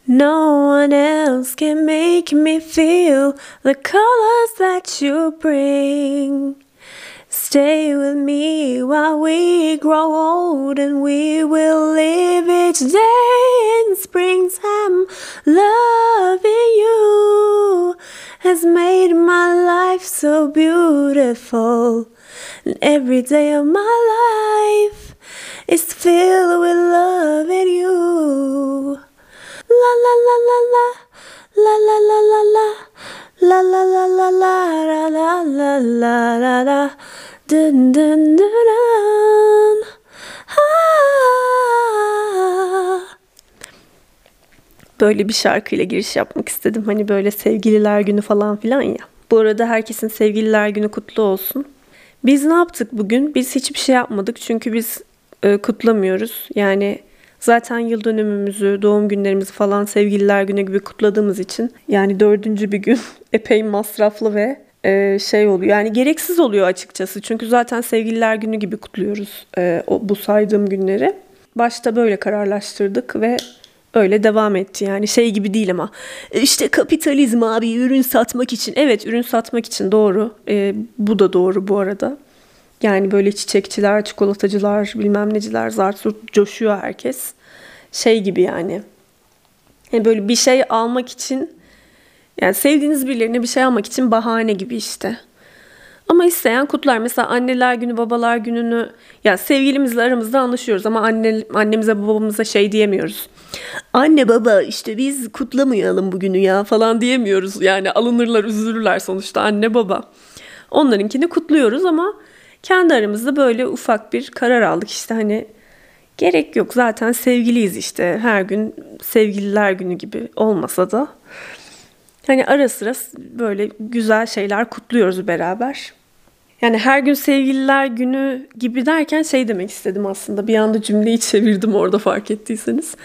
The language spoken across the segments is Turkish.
No one else can make me feel the colors that you bring. Stay with me while we grow old and we will live each day in springtime. Loving you has made my life so beautiful. And every day of my life is filled with loving you. La la la la la, la la la la la, la la la la la, la la la la la, dun dun dun dun. Böyle bir şarkıyla giriş yapmak istedim. Hani böyle sevgililer günü falan filan ya. Bu arada herkesin sevgililer günü kutlu olsun. Biz ne yaptık bugün? Biz hiçbir şey yapmadık çünkü biz kutlamıyoruz. Yani zaten yıl dönümümüzü, doğum günlerimizi falan sevgililer günü gibi kutladığımız için yani dördüncü bir gün epey masraflı ve şey oluyor. Yani gereksiz oluyor açıkçası. Çünkü zaten sevgililer günü gibi kutluyoruz bu saydığım günleri. Başta böyle kararlaştırdık ve öyle devam etti. Yani şey gibi değil ama işte kapitalizm abi, ürün satmak için. Evet, ürün satmak için doğru. Bu da doğru bu arada. Yani böyle çiçekçiler, çikolatacılar, bilmem neciler, zart zurt coşuyor herkes. Şey gibi yani. Yani böyle bir şey almak için, yani sevdiğiniz birilerine bir şey almak için bahane gibi işte. Ama isteyen kutlar. Mesela anneler günü, babalar gününü, ya sevgilimizle aramızda anlaşıyoruz ama annemize, babamıza şey diyemiyoruz. Anne baba işte biz kutlamayalım bugünü ya falan diyemiyoruz. Yani alınırlar, üzülürler sonuçta anne baba. Onlarınkini kutluyoruz ama kendi aramızda böyle ufak bir karar aldık. İşte hani gerek yok, zaten sevgiliyiz işte, her gün sevgililer günü gibi olmasa da. Hani ara sıra böyle güzel şeyler kutluyoruz beraber. Yani her gün sevgililer günü gibi derken şey demek istedim aslında. Bir anda cümleyi çevirdim orada, fark ettiyseniz.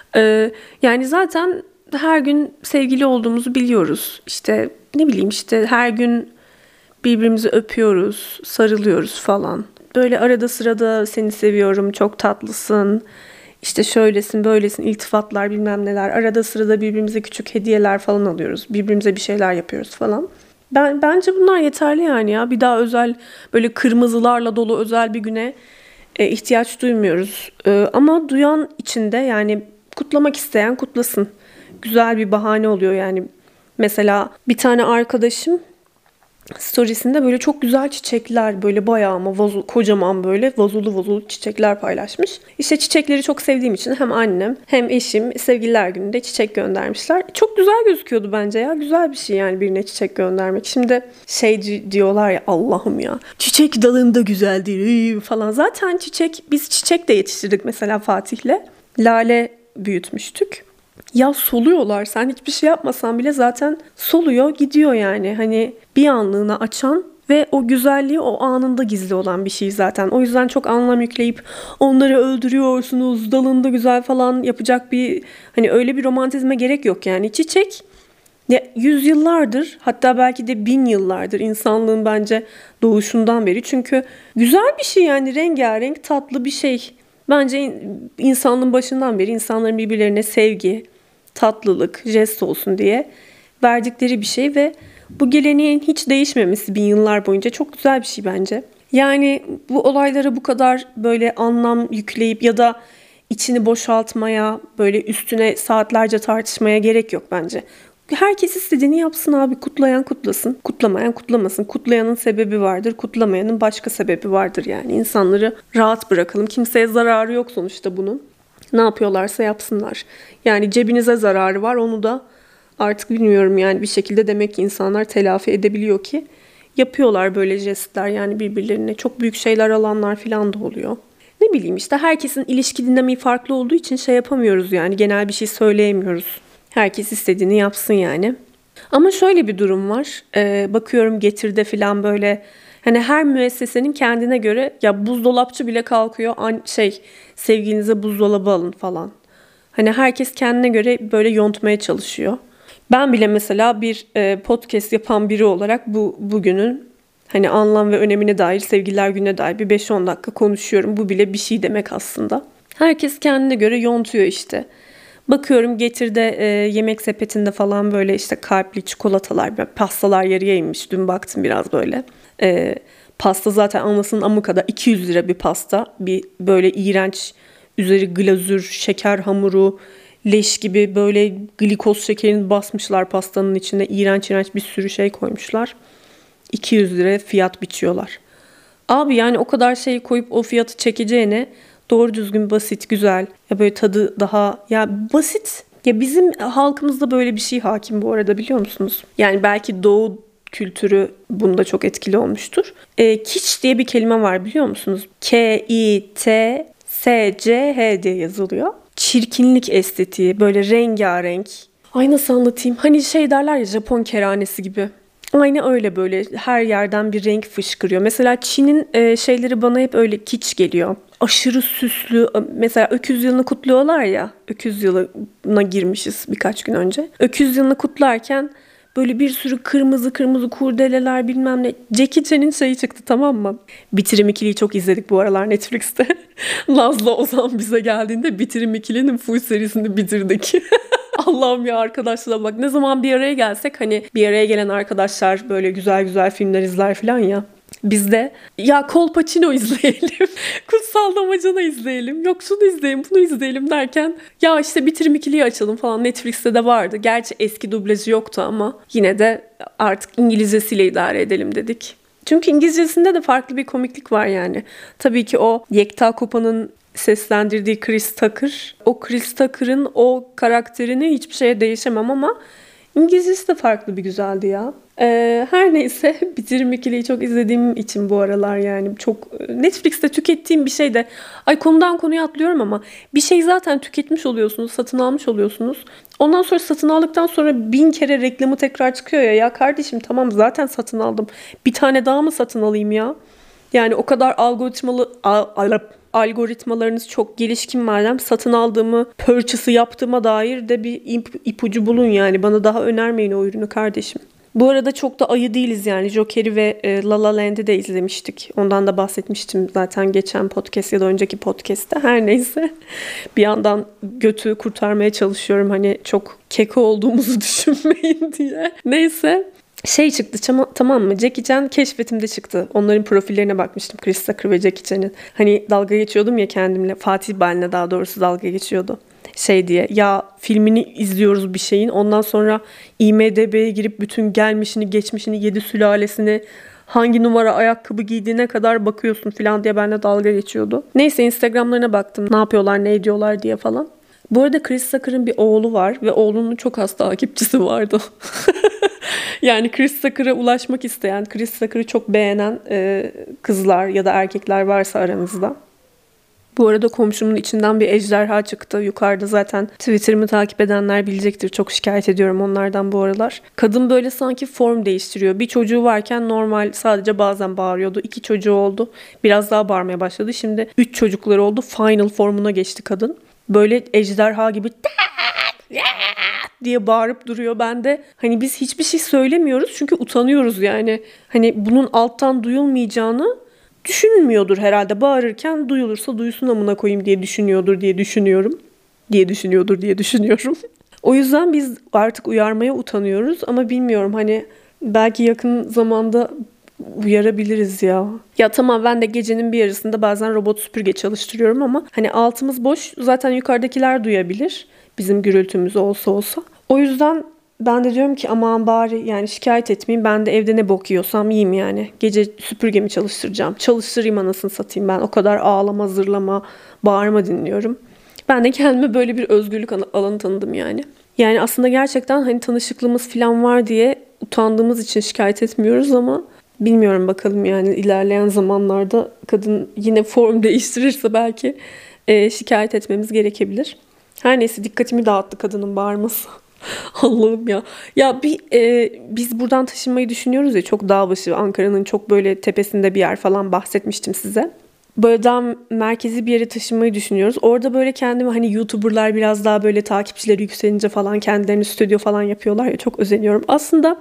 Yani zaten her gün sevgili olduğumuzu biliyoruz. İşte ne bileyim, işte her gün birbirimizi öpüyoruz, sarılıyoruz falan. Böyle arada sırada seni seviyorum, çok tatlısın, İşte şöylesin, böylesin, iltifatlar bilmem neler. Arada sırada birbirimize küçük hediyeler falan alıyoruz. Birbirimize bir şeyler yapıyoruz falan. Bence bunlar yeterli yani ya. Bir daha özel böyle kırmızılarla dolu özel bir güne ihtiyaç duymuyoruz. Ama duyan içinde, yani kutlamak isteyen kutlasın. Güzel bir bahane oluyor yani. Mesela bir tane arkadaşım storiesinde böyle çok güzel çiçekler, böyle bayağı ama kocaman böyle vazolu çiçekler paylaşmış. İşte çiçekleri çok sevdiğim için hem annem hem eşim sevgililer gününde çiçek göndermişler. Çok güzel gözüküyordu bence ya. Güzel bir şey yani birine çiçek göndermek. Şimdi şey diyorlar ya, Allah'ım ya, çiçek dalında güzeldir falan. Zaten biz çiçek de yetiştirdik mesela Fatih'le. Lale büyütmüştük. Ya soluyorlar. Sen hiçbir şey yapmasan bile zaten soluyor, gidiyor yani. Hani bir anlığına açan ve o güzelliği o anında gizli olan bir şey zaten. O yüzden çok anlam yükleyip onları öldürüyorsunuz, dalında güzel falan yapacak bir, hani öyle bir romantizme gerek yok yani. Çiçek ya, yüzyıllardır, hatta belki de 1000 yıllardır insanlığın bence doğuşundan beri. Çünkü güzel bir şey yani, rengarenk tatlı bir şey. Bence insanlığın başından beri insanların birbirlerine sevgi, tatlılık, jest olsun diye verdikleri bir şey ve bu geleneğin hiç değişmemesi 1000 yıllar boyunca çok güzel bir şey bence. Yani bu olaylara bu kadar böyle anlam yükleyip ya da içini boşaltmaya, böyle üstüne saatlerce tartışmaya gerek yok bence. Herkes istediğini yapsın abi. Kutlayan kutlasın, kutlamayan kutlamasın. Kutlayanın sebebi vardır, kutlamayanın başka sebebi vardır yani. İnsanları rahat bırakalım. Kimseye zararı yok sonuçta bunun. Ne yapıyorlarsa yapsınlar. Yani cebinize zararı var, onu da artık bilmiyorum yani, bir şekilde demek ki insanlar telafi edebiliyor ki yapıyorlar böyle jestler, yani birbirlerine çok büyük şeyler alanlar falan da oluyor. Ne bileyim işte, herkesin ilişki dinamiği farklı olduğu için şey yapamıyoruz yani, genel bir şey söyleyemiyoruz. Herkes istediğini yapsın yani. Ama şöyle bir durum var. Bakıyorum Getir'de falan böyle, hani her müessesenin kendine göre, ya buzdolapçı bile kalkıyor sevgilinize buzdolabı alın falan. Hani herkes kendine göre böyle yontmaya çalışıyor. Ben bile mesela bir podcast yapan biri olarak bugünün hani anlam ve önemine dair, sevgililer gününe dair bir 5-10 dakika konuşuyorum. Bu bile bir şey demek aslında. Herkes kendine göre yontuyor işte. Bakıyorum Getir'de yemek sepetinde falan böyle işte kalpli çikolatalar, pastalar yarıya inmiş. Dün baktım biraz böyle. Pasta zaten anlasının amı kadar 200 lira bir pasta. Bir böyle iğrenç üzeri glazür, şeker hamuru, leş gibi böyle glikoz şekerini basmışlar pastanın içine. İğrenç iğrenç bir sürü şey koymuşlar. 200 lira fiyat biçiyorlar. Abi yani o kadar şeyi koyup o fiyatı çekeceğine doğru düzgün basit, güzel. Ya böyle tadı daha ya basit. Ya bizim halkımızda böyle bir şey hakim bu arada biliyor musunuz? Yani belki doğu kültürü bunda çok etkili olmuştur. Kitsch diye bir kelime var biliyor musunuz? K-I-T-S-C-H diye yazılıyor. Çirkinlik estetiği, böyle rengarenk. Ay nasıl anlatayım? Hani şey derler ya Japon kerhanesi gibi. Aynı öyle böyle her yerden bir renk fışkırıyor. Mesela Çin'in şeyleri bana hep öyle kitsch geliyor. Aşırı süslü. Mesela öküz yılını kutluyorlar ya. Öküz yılına girmişiz birkaç gün önce. Öküz yılını kutlarken böyle bir sürü kırmızı kırmızı kurdeleler bilmem ne. Jackie Chan'in şeyi çıktı tamam mı? Bitirim İkili'yi çok izledik bu aralar Netflix'te. Nazlı Ozan bize geldiğinde Bitirim İkili'nin full serisini bitirdik. Allah'ım ya arkadaşlar bak ne zaman bir araya gelsek hani bir araya gelen arkadaşlar böyle güzel güzel filmler izler falan ya. Biz de ya Kolpaçino izleyelim, Kutsal Damacana izleyelim, yok şunu izleyelim, bunu izleyelim derken ya işte Bitirim İkili'yi açalım falan Netflix'te de vardı. Gerçi eski dublajı yoktu ama yine de artık İngilizcesiyle idare edelim dedik. Çünkü İngilizcesinde de farklı bir komiklik var yani. Tabii ki o Yekta Kopa'nın seslendirdiği Chris Tucker. O Chris Tucker'ın o karakterini hiçbir şeye değişemem ama İngilizcesi de farklı bir güzeldi ya. Her neyse Bitirim İkili'yi çok izlediğim için bu aralar yani çok Netflix'te tükettiğim bir şey de ay konudan konuya atlıyorum ama bir şey zaten tüketmiş oluyorsunuz, satın almış oluyorsunuz. Ondan sonra satın aldıktan sonra 1000 kere reklamı tekrar çıkıyor ya kardeşim tamam zaten satın aldım. Bir tane daha mı satın alayım ya? Yani o kadar algoritmalarınız çok gelişkin madem satın aldığımı, purchase'ı yaptığıma dair de bir ipucu bulun yani. Bana daha önermeyin o ürünü kardeşim. Bu arada çok da ayı değiliz yani. Joker'i ve La La Land'i de izlemiştik. Ondan da bahsetmiştim zaten geçen podcast ya da önceki podcast'te. Her neyse. Bir yandan götü kurtarmaya çalışıyorum. Hani çok keko olduğumuzu düşünmeyin diye. Neyse. Şey çıktı tamam mı? Jackie Chan keşfetimde çıktı. Onların profillerine bakmıştım. Chris Tucker ve Jackie Chan'in. Hani dalga geçiyordum ya kendimle. Fatih benle daha doğrusu dalga geçiyordu. Şey diye ya filmini izliyoruz bir şeyin. Ondan sonra IMDb'ye girip bütün gelmişini, geçmişini, 7 sülalesini hangi numara ayakkabı giydiğine kadar bakıyorsun falan diye benimle dalga geçiyordu. Neyse Instagram'larına baktım. Ne yapıyorlar, ne ediyorlar diye falan. Bu arada Chris Tucker'ın bir oğlu var ve oğlunun çok az takipçisi vardı. Yani Chris Tucker'a ulaşmak isteyen, Chris Tucker'ı çok beğenen kızlar ya da erkekler varsa aranızda. Bu arada komşumun içinden bir ejderha çıktı. Yukarıda zaten Twitter'ımı takip edenler bilecektir. Çok şikayet ediyorum onlardan bu aralar. Kadın böyle sanki form değiştiriyor. Bir çocuğu varken normal sadece bazen bağırıyordu. 2 çocuğu oldu. Biraz daha bağırmaya başladı. Şimdi 3 çocukları oldu. Final formuna geçti kadın. Böyle ejderha gibi diye bağırıp duruyor. Ben de hani biz hiçbir şey söylemiyoruz çünkü utanıyoruz yani. Hani bunun alttan duyulmayacağını düşünmüyordur herhalde. Bağırırken duyulursa duysun amına koyayım diye düşünüyordur diye düşünüyorum. diye düşünüyorum. O yüzden biz artık uyarmaya utanıyoruz ama bilmiyorum hani belki yakın zamanda uyarabiliriz ya. Ya tamam ben de gecenin bir yarısında bazen robot süpürge çalıştırıyorum ama hani altımız boş zaten yukarıdakiler duyabilir. Bizim gürültümüz olsa. O yüzden ben de diyorum ki aman bari yani şikayet etmeyeyim. Ben de evde ne bok yiyorsam yiyeyim yani. Gece süpürgemi çalıştıracağım. Çalıştırayım anasını satayım ben. O kadar ağlama, zırlama, bağırma dinliyorum. Ben de kendime böyle bir özgürlük alanı tanıdım yani. Yani aslında gerçekten hani tanışıklığımız falan var diye utandığımız için şikayet etmiyoruz ama bilmiyorum bakalım yani ilerleyen zamanlarda kadın yine form değiştirirse belki şikayet etmemiz gerekebilir. Her neyse dikkatimi dağıttı kadının bağırması. Allah'ım ya. Ya biz buradan taşınmayı düşünüyoruz ya çok dağ başı Ankara'nın çok böyle tepesinde bir yer falan bahsetmiştim size. Böyle daha merkezi bir yere taşınmayı düşünüyoruz. Orada böyle kendimi hani YouTuber'lar biraz daha böyle takipçileri yükselince falan kendilerini stüdyo falan yapıyorlar ya çok özeniyorum. Aslında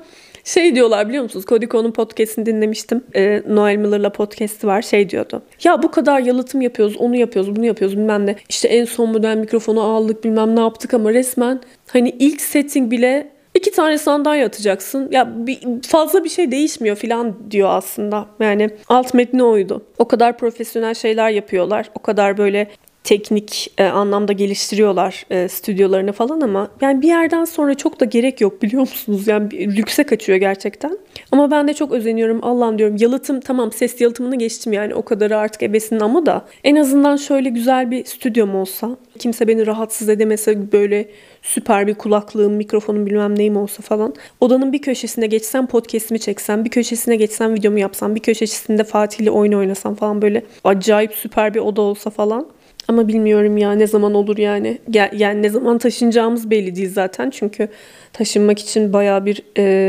Şey diyorlar biliyor musunuz? Kodiko'nun podcast'ini dinlemiştim. Noel Miller'la podcast'i var. Şey diyordu. Ya bu kadar yalıtım yapıyoruz, onu yapıyoruz, bunu yapıyoruz bilmem ne. İşte en son model mikrofonu aldık bilmem ne yaptık ama resmen hani ilk setting bile 2 tane sandalye atacaksın. Ya fazla bir şey değişmiyor falan diyor aslında. Yani alt metni oydu. O kadar profesyonel şeyler yapıyorlar. O kadar böyle teknik anlamda geliştiriyorlar stüdyolarını falan ama yani bir yerden sonra çok da gerek yok biliyor musunuz? Yani lükse kaçıyor gerçekten. Ama ben de çok özeniyorum. Allah'ım diyorum yalıtım tamam ses yalıtımını geçtim yani o kadarı artık ebesinin ama da en azından şöyle güzel bir stüdyom olsa kimse beni rahatsız edemese böyle süper bir kulaklığım, mikrofonum bilmem neyim olsa falan. Odanın bir köşesine geçsem podcast'imi çeksem, bir köşesine geçsem videomu yapsam, bir köşesinde Fatih'le oyun oynasam falan böyle acayip süper bir oda olsa falan. Ama bilmiyorum ya ne zaman olur yani. Yani ne zaman taşınacağımız belli değil zaten. Çünkü taşınmak için bayağı bir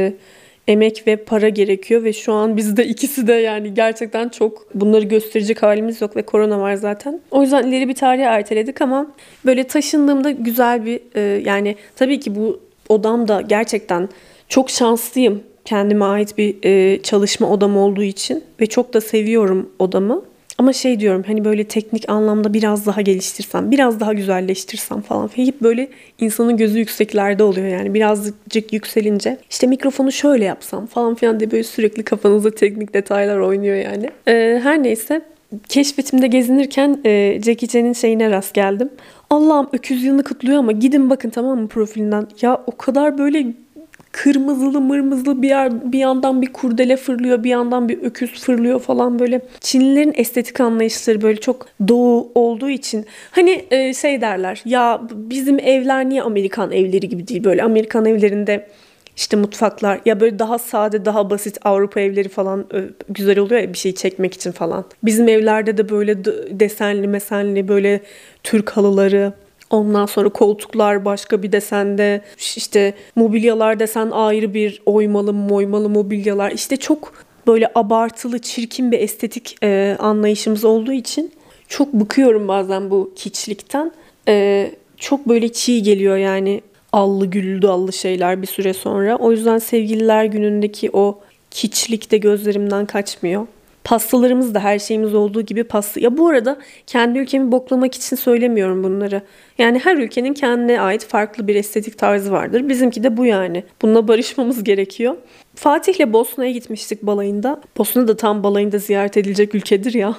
emek ve para gerekiyor. Ve şu an bizde ikisi de yani gerçekten çok bunları gösterecek halimiz yok. Ve korona var zaten. O yüzden ileri bir tarihe erteledik ama böyle taşındığımda güzel bir yani tabii ki bu odam da gerçekten çok şanslıyım. Kendime ait bir çalışma odam olduğu için. Ve çok da seviyorum odamı. Ama şey diyorum hani böyle teknik anlamda biraz daha geliştirsem, biraz daha güzelleştirsem falan. Hep böyle insanın gözü yükseklerde oluyor yani. Birazcık yükselince işte mikrofonu şöyle yapsam falan filan diye böyle sürekli kafanızda teknik detaylar oynuyor yani. Her neyse keşfetimde gezinirken Jackie Chan'in şeyine rast geldim. Allah'ım öküz yılını kutluyor ama gidin bakın tamam mı profilinden. Ya o kadar böyle kırmızılı mırmızılı bir yandan bir kurdele fırlıyor bir yandan bir öküz fırlıyor falan böyle. Çinlilerin estetik anlayışları böyle çok doğu olduğu için hani şey derler ya bizim evler niye Amerikan evleri gibi değil böyle Amerikan evlerinde işte mutfaklar ya böyle daha sade daha basit Avrupa evleri falan güzel oluyor ya bir şey çekmek için falan. Bizim evlerde de böyle desenli mesenli böyle Türk halıları. Ondan sonra koltuklar başka bir desende, işte mobilyalar desen ayrı bir oymalı mobilyalar. İşte çok böyle abartılı, çirkin bir estetik anlayışımız olduğu için çok bıkıyorum bazen bu kiçlikten. Çok böyle çiğ geliyor yani allı güllü dallı şeyler bir süre sonra. O yüzden sevgililer günündeki o kiçlik de gözlerimden kaçmıyor. Pastalarımız da her şeyimiz olduğu gibi pasta. Ya bu arada kendi ülkemi boklamak için söylemiyorum bunları. Yani her ülkenin kendine ait farklı bir estetik tarzı vardır. Bizimki de bu yani. Bununla barışmamız gerekiyor. Fatih'le Bosna'ya gitmiştik balayında. Bosna da tam balayında ziyaret edilecek ülkedir ya.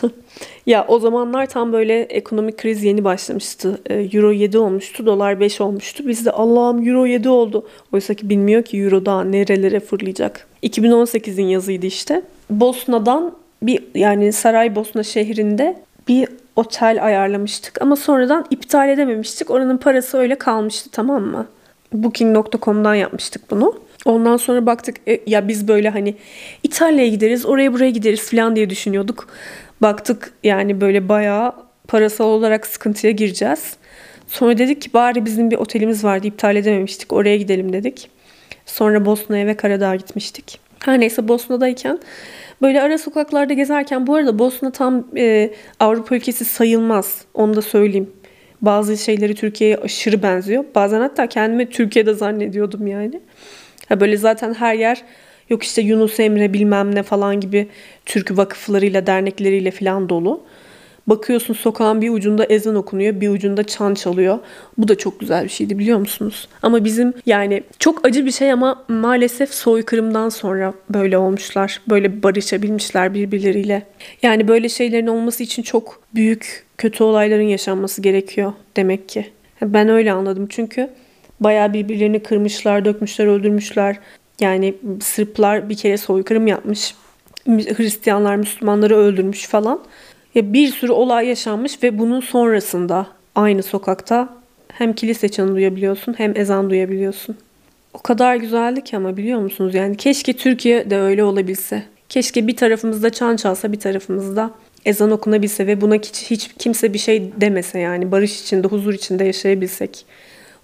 Ya o zamanlar tam böyle ekonomik kriz yeni başlamıştı. Euro 7 olmuştu, dolar 5 olmuştu. Biz de Allah'ım Euro 7 oldu. Oysa ki bilmiyor ki Euro daha nerelere fırlayacak. 2018'in yazıydı işte. Bosna'dan bir yani Saraybosna şehrinde bir otel ayarlamıştık ama sonradan iptal edememiştik. Oranın parası öyle kalmıştı tamam mı? Booking.com'dan yapmıştık bunu. Ondan sonra baktık ya biz böyle hani İtalya'ya gideriz, oraya buraya gideriz falan diye düşünüyorduk. Baktık yani böyle bayağı parasal olarak sıkıntıya gireceğiz. Sonra dedik ki bari bizim bir otelimiz vardı iptal edememiştik oraya gidelim dedik. Sonra Bosna'ya ve Karadağ'a gitmiştik. Her neyse Bosna'dayken böyle ara sokaklarda gezerken bu arada Bosna tam Avrupa ülkesi sayılmaz. Onu da söyleyeyim. Bazı şeyleri Türkiye'ye aşırı benziyor. Bazen hatta kendimi Türkiye'de zannediyordum yani. Ha böyle zaten her yer yok işte Yunus Emre bilmem ne falan gibi Türk vakıflarıyla dernekleriyle falan dolu. Bakıyorsun sokağın bir ucunda ezan okunuyor, bir ucunda çan çalıyor. Bu da çok güzel bir şeydi biliyor musunuz? Ama bizim yani çok acı bir şey ama maalesef soykırımdan sonra böyle olmuşlar. Böyle barışabilmişler birbirleriyle. Yani böyle şeylerin olması için çok büyük kötü olayların yaşanması gerekiyor demek ki. Ben öyle anladım çünkü bayağı birbirlerini kırmışlar, dökmüşler, öldürmüşler. Yani Sırplar bir kere soykırım yapmış. Hristiyanlar Müslümanları öldürmüş falan. Ya bir sürü olay yaşanmış ve bunun sonrasında aynı sokakta hem kilise çanı duyabiliyorsun hem ezan duyabiliyorsun. O kadar güzeldi ki ama biliyor musunuz? Yani keşke Türkiye de öyle olabilse. Keşke bir tarafımızda çan çalsa bir tarafımızda ezan okunabilse ve buna hiç kimse bir şey demese yani barış içinde, huzur içinde yaşayabilsek.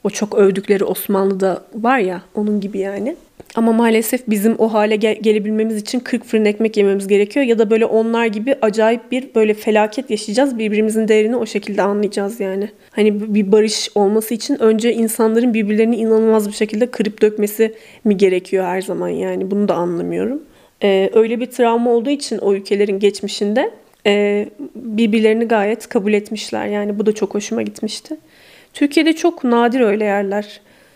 O çok övdükleri Osmanlı'da var ya, onun gibi yani. Ama maalesef bizim o hale gelebilmemiz için 40 fırın ekmek yememiz gerekiyor. Ya da böyle onlar gibi acayip bir böyle felaket yaşayacağız. Birbirimizin değerini o şekilde anlayacağız yani. Hani bir barış olması için önce insanların birbirlerini inanılmaz bir şekilde kırıp dökmesi mi gerekiyor her zaman yani. Bunu da anlamıyorum. Öyle bir travma olduğu için o ülkelerin geçmişinde birbirlerini gayet kabul etmişler. Yani bu da çok hoşuma gitmişti. Türkiye'de çok nadir öyle yerler.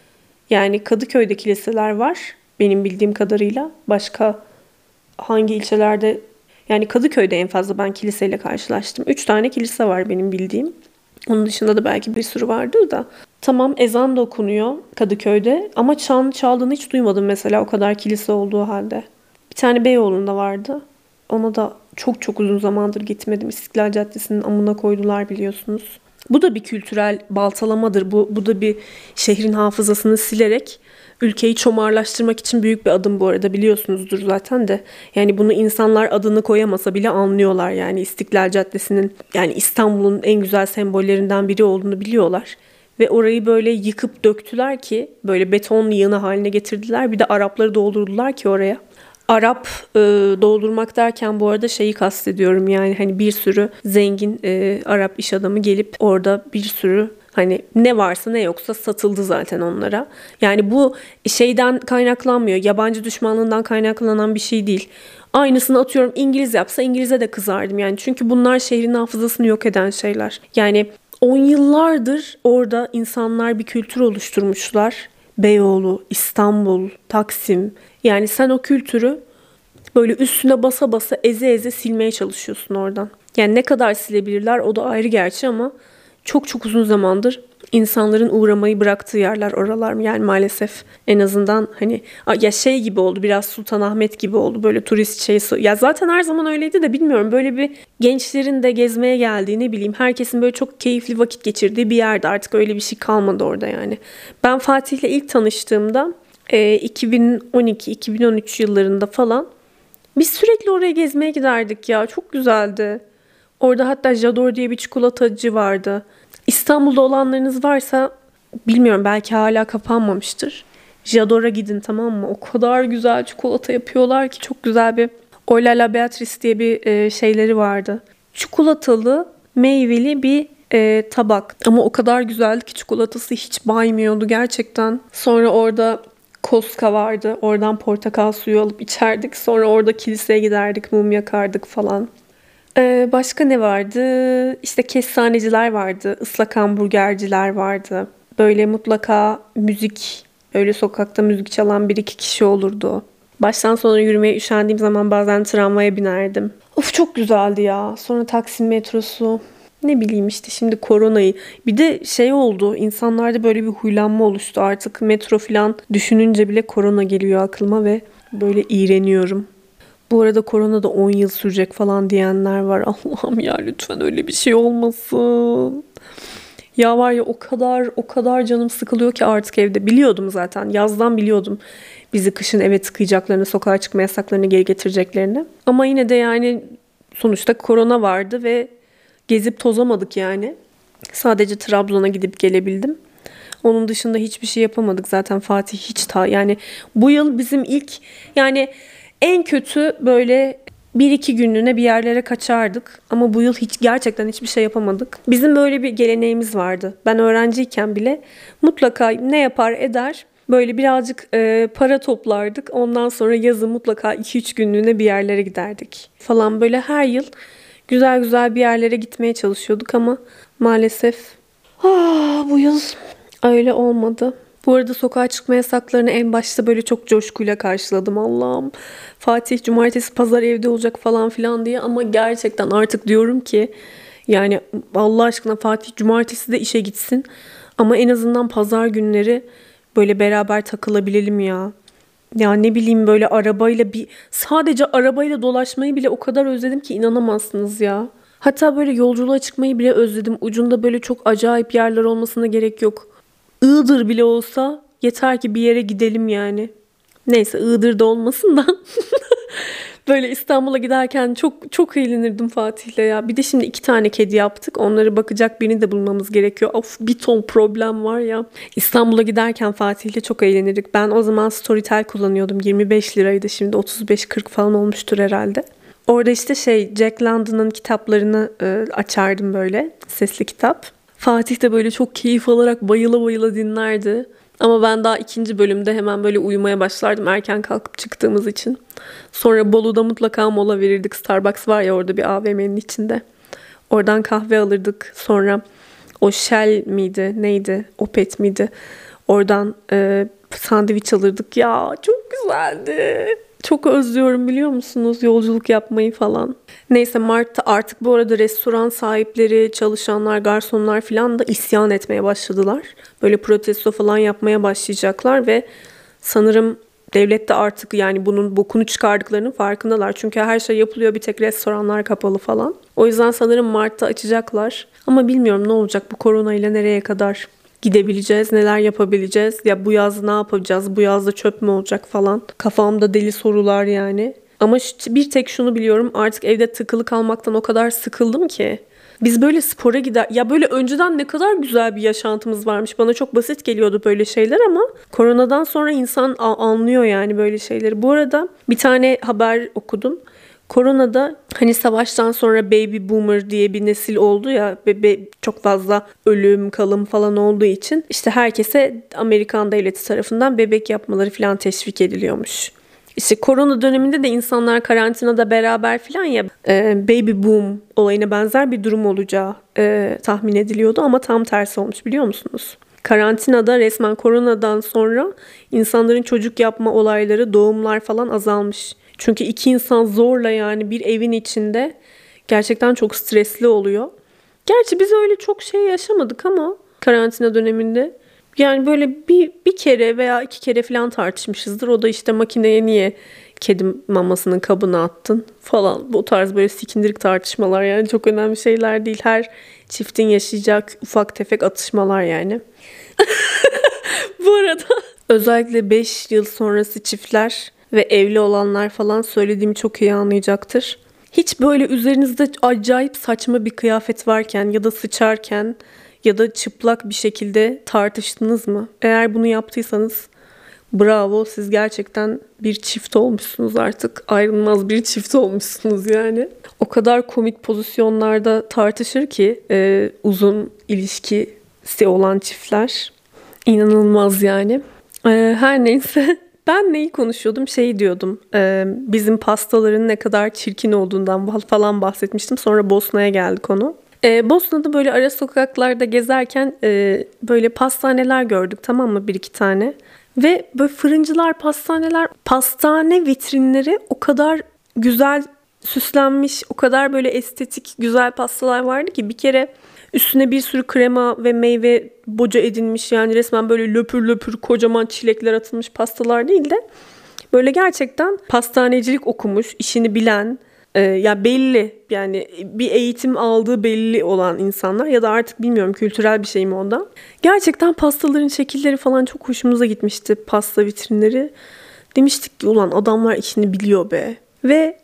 Yani Kadıköy'de kiliseler var benim bildiğim kadarıyla. Başka hangi ilçelerde, yani Kadıköy'de en fazla ben kiliseyle karşılaştım. 3 tane kilise var benim bildiğim. Onun dışında da belki bir sürü vardır da. Tamam, ezan da okunuyor Kadıköy'de ama çan çaldığını hiç duymadım mesela, o kadar kilise olduğu halde. Bir tane Beyoğlu'nda vardı. Ona da çok çok uzun zamandır gitmedim. İstiklal Caddesi'nin amına koydular biliyorsunuz. Bu da bir kültürel baltalamadır. Bu da bir şehrin hafızasını silerek ülkeyi çomarlaştırmak için büyük bir adım bu arada, biliyorsunuzdur zaten de. Yani bunu insanlar adını koyamasa bile anlıyorlar yani İstiklal Caddesi'nin, yani İstanbul'un en güzel sembollerinden biri olduğunu biliyorlar. Ve orayı böyle yıkıp döktüler ki, böyle beton yığını haline getirdiler. Bir de Arapları doldurdular ki oraya. Arap doldurmak derken bu arada şeyi kastediyorum, yani hani bir sürü zengin Arap iş adamı gelip orada bir sürü, hani ne varsa ne yoksa satıldı zaten onlara. Yani bu şeyden kaynaklanmıyor, yabancı düşmanlığından kaynaklanan bir şey değil. Aynısını atıyorum İngiliz yapsa İngiliz'e de kızardım yani, çünkü bunlar şehrin hafızasını yok eden şeyler. Yani 10 yıllardır orada insanlar bir kültür oluşturmuşlar. Beyoğlu, İstanbul, Taksim. Yani sen o kültürü böyle üstüne basa basa eze eze silmeye çalışıyorsun oradan. Yani ne kadar silebilirler o da ayrı gerçi, ama çok çok uzun zamandır insanların uğramayı bıraktığı yerler oralar. Yani maalesef en azından hani ya şey gibi oldu, biraz Sultanahmet gibi oldu, böyle turist şeysi. Ya zaten her zaman öyleydi de bilmiyorum, böyle bir gençlerin de gezmeye geldiği, ne bileyim, herkesin böyle çok keyifli vakit geçirdiği bir yerde, artık öyle bir şey kalmadı orada yani. Ben Fatih'le ilk tanıştığımda 2012-2013 yıllarında falan biz sürekli oraya gezmeye giderdik ya. Çok güzeldi. Orada hatta Jador diye bir çikolatacı vardı. İstanbul'da olanlarınız varsa bilmiyorum, belki hala kapanmamıştır. Jador'a gidin, tamam mı? O kadar güzel çikolata yapıyorlar ki, çok güzel bir Ola La Beatrice diye bir şeyleri vardı. Çikolatalı, meyveli bir tabak. Ama o kadar güzeldi ki çikolatası hiç baymıyordu gerçekten. Sonra orada Koska vardı. Oradan portakal suyu alıp içerdik. Sonra orada kiliseye giderdik, mum yakardık falan. Başka ne vardı? İşte kestaneciler vardı. Islak hamburgerciler vardı. Böyle mutlaka müzik, öyle sokakta müzik çalan bir iki kişi olurdu. Baştan sona yürümeye üşendiğim zaman bazen tramvaya binerdim. Of, çok güzeldi ya. Sonra Taksim metrosu. Ne bileyim işte, şimdi koronayı. Bir de şey oldu. İnsanlarda böyle bir huylanma oluştu. Artık metro falan düşününce bile korona geliyor aklıma ve böyle iğreniyorum. Bu arada korona da 10 yıl sürecek falan diyenler var. Allah'ım ya, lütfen öyle bir şey olmasın. Ya var ya, o kadar canım sıkılıyor ki artık evde. Biliyordum zaten. Yazdan biliyordum bizi kışın eve tıkayacaklarını, sokağa çıkma yasaklarını geri getireceklerini. Ama yine de yani sonuçta korona vardı ve gezip tozamadık yani. Sadece Trabzon'a gidip gelebildim. Onun dışında hiçbir şey yapamadık zaten. Fatih hiç yani bu yıl bizim ilk, yani en kötü böyle bir iki günlüğüne bir yerlere kaçardık. Ama bu yıl gerçekten hiçbir şey yapamadık. Bizim böyle bir geleneğimiz vardı. Ben öğrenciyken bile mutlaka ne yapar eder, böyle birazcık para toplardık. Ondan sonra yazın mutlaka 2-3 günlüğüne bir yerlere giderdik falan. Böyle her yıl güzel güzel bir yerlere gitmeye çalışıyorduk ama maalesef bu yıl öyle olmadı. Bu arada sokağa çıkma yasaklarını en başta böyle çok coşkuyla karşıladım. Allah'ım, Fatih cumartesi pazar evde olacak falan filan diye, ama gerçekten artık diyorum ki yani Allah aşkına Fatih cumartesi de işe gitsin ama en azından pazar günleri böyle beraber takılabilelim ya. Ya ne bileyim, böyle sadece arabayla dolaşmayı bile o kadar özledim ki inanamazsınız ya. Hatta böyle yolculuğa çıkmayı bile özledim. Ucunda böyle çok acayip yerler olmasına gerek yok. Iğdır bile olsa yeter ki bir yere gidelim yani. Neyse, Iğdır'da olmasın da Böyle İstanbul'a giderken çok çok eğlenirdim Fatih'le ya. Bir de şimdi 2 tane kedi yaptık. Onları bakacak birini de bulmamız gerekiyor. Of, bir ton problem var ya. İstanbul'a giderken Fatih'le çok eğlenirdik. Ben o zaman Storytel kullanıyordum. 25 liraydı. Şimdi 35-40 falan olmuştur herhalde. Orada işte Jack London'ın kitaplarını açardım böyle. Sesli kitap. Fatih de böyle çok keyif alarak bayıla bayıla dinlerdi. Ama ben daha 2. bölümde hemen böyle uyumaya başlardım erken kalkıp çıktığımız için. Sonra Bolu'da mutlaka mola verirdik. Starbucks var ya orada bir AVM'nin içinde. Oradan kahve alırdık. Sonra o Shell miydi neydi? Opet miydi? Oradan sandviç alırdık. Ya çok güzeldi. Çok özlüyorum biliyor musunuz yolculuk yapmayı falan. Neyse Mart'ta artık bu arada restoran sahipleri, çalışanlar, garsonlar falan da isyan etmeye başladılar. Böyle protesto falan yapmaya başlayacaklar ve sanırım devlet de artık yani bunun bokunu çıkardıklarının farkındalar. Çünkü her şey yapılıyor, bir tek restoranlar kapalı falan. O yüzden sanırım Mart'ta açacaklar. Ama bilmiyorum ne olacak bu korona ile nereye kadar gidebileceğiz, neler yapabileceğiz. Ya bu yaz ne yapacağız? Bu yazda çöp mü olacak falan. Kafamda deli sorular yani. Ama bir tek şunu biliyorum, artık evde tıkılı kalmaktan o kadar sıkıldım ki. Biz böyle spora gider... Ya böyle önceden ne kadar güzel bir yaşantımız varmış. Bana çok basit geliyordu böyle şeyler ama koronadan sonra insan anlıyor yani böyle şeyleri. Bu arada bir tane haber okudum. Koronada hani savaştan sonra baby boomer diye bir nesil oldu ya, çok fazla ölüm, kalım falan olduğu için işte herkese Amerikan devleti tarafından bebek yapmaları falan teşvik ediliyormuş. İşte korona döneminde de insanlar karantinada beraber falan ya baby boom olayına benzer bir durum olacağı tahmin ediliyordu ama tam tersi olmuş biliyor musunuz? Karantinada resmen koronadan sonra insanların çocuk yapma olayları, doğumlar falan azalmış. Çünkü 2 insan zorla yani bir evin içinde gerçekten çok stresli oluyor. Gerçi biz öyle çok şey yaşamadık ama karantina döneminde. Yani böyle bir kere veya 2 kere falan tartışmışızdır. O da işte makineye niye kedi mamasının kabını attın falan. Bu tarz böyle sikindirik tartışmalar yani çok önemli şeyler değil. Her çiftin yaşayacağı ufak tefek atışmalar yani. Bu arada özellikle 5 yıl sonrası çiftler ve evli olanlar falan söylediğimi çok iyi anlayacaktır. Hiç böyle üzerinizde acayip saçma bir kıyafet varken ya da sıçarken ya da çıplak bir şekilde tartıştınız mı? Eğer bunu yaptıysanız bravo, siz gerçekten bir çift olmuşsunuz artık. Ayrılmaz bir çift olmuşsunuz yani. O kadar komik pozisyonlarda tartışır ki uzun ilişkisi olan çiftler. İnanılmaz yani. Her neyse. Ben neyi konuşuyordum? Şey diyordum. Bizim pastaların ne kadar çirkin olduğundan falan bahsetmiştim. Sonra Bosna'ya geldi konu. Bosna'da böyle ara sokaklarda gezerken böyle pastaneler gördük, tamam mı? 1-2 tane. Ve böyle fırıncılar, pastaneler, pastane vitrinleri o kadar güzel süslenmiş, o kadar böyle estetik güzel pastalar vardı ki bir kere üstüne bir sürü krema ve meyve boca edilmiş, yani resmen böyle löpür löpür kocaman çilekler atılmış pastalar değil de böyle gerçekten pastanecilik okumuş, işini bilen, ya belli yani bir eğitim aldığı belli olan insanlar ya da artık bilmiyorum kültürel bir şey mi ondan. Gerçekten pastaların şekilleri falan çok hoşumuza gitmişti, pasta vitrinleri. Demiştik ki ulan adamlar işini biliyor be. Ve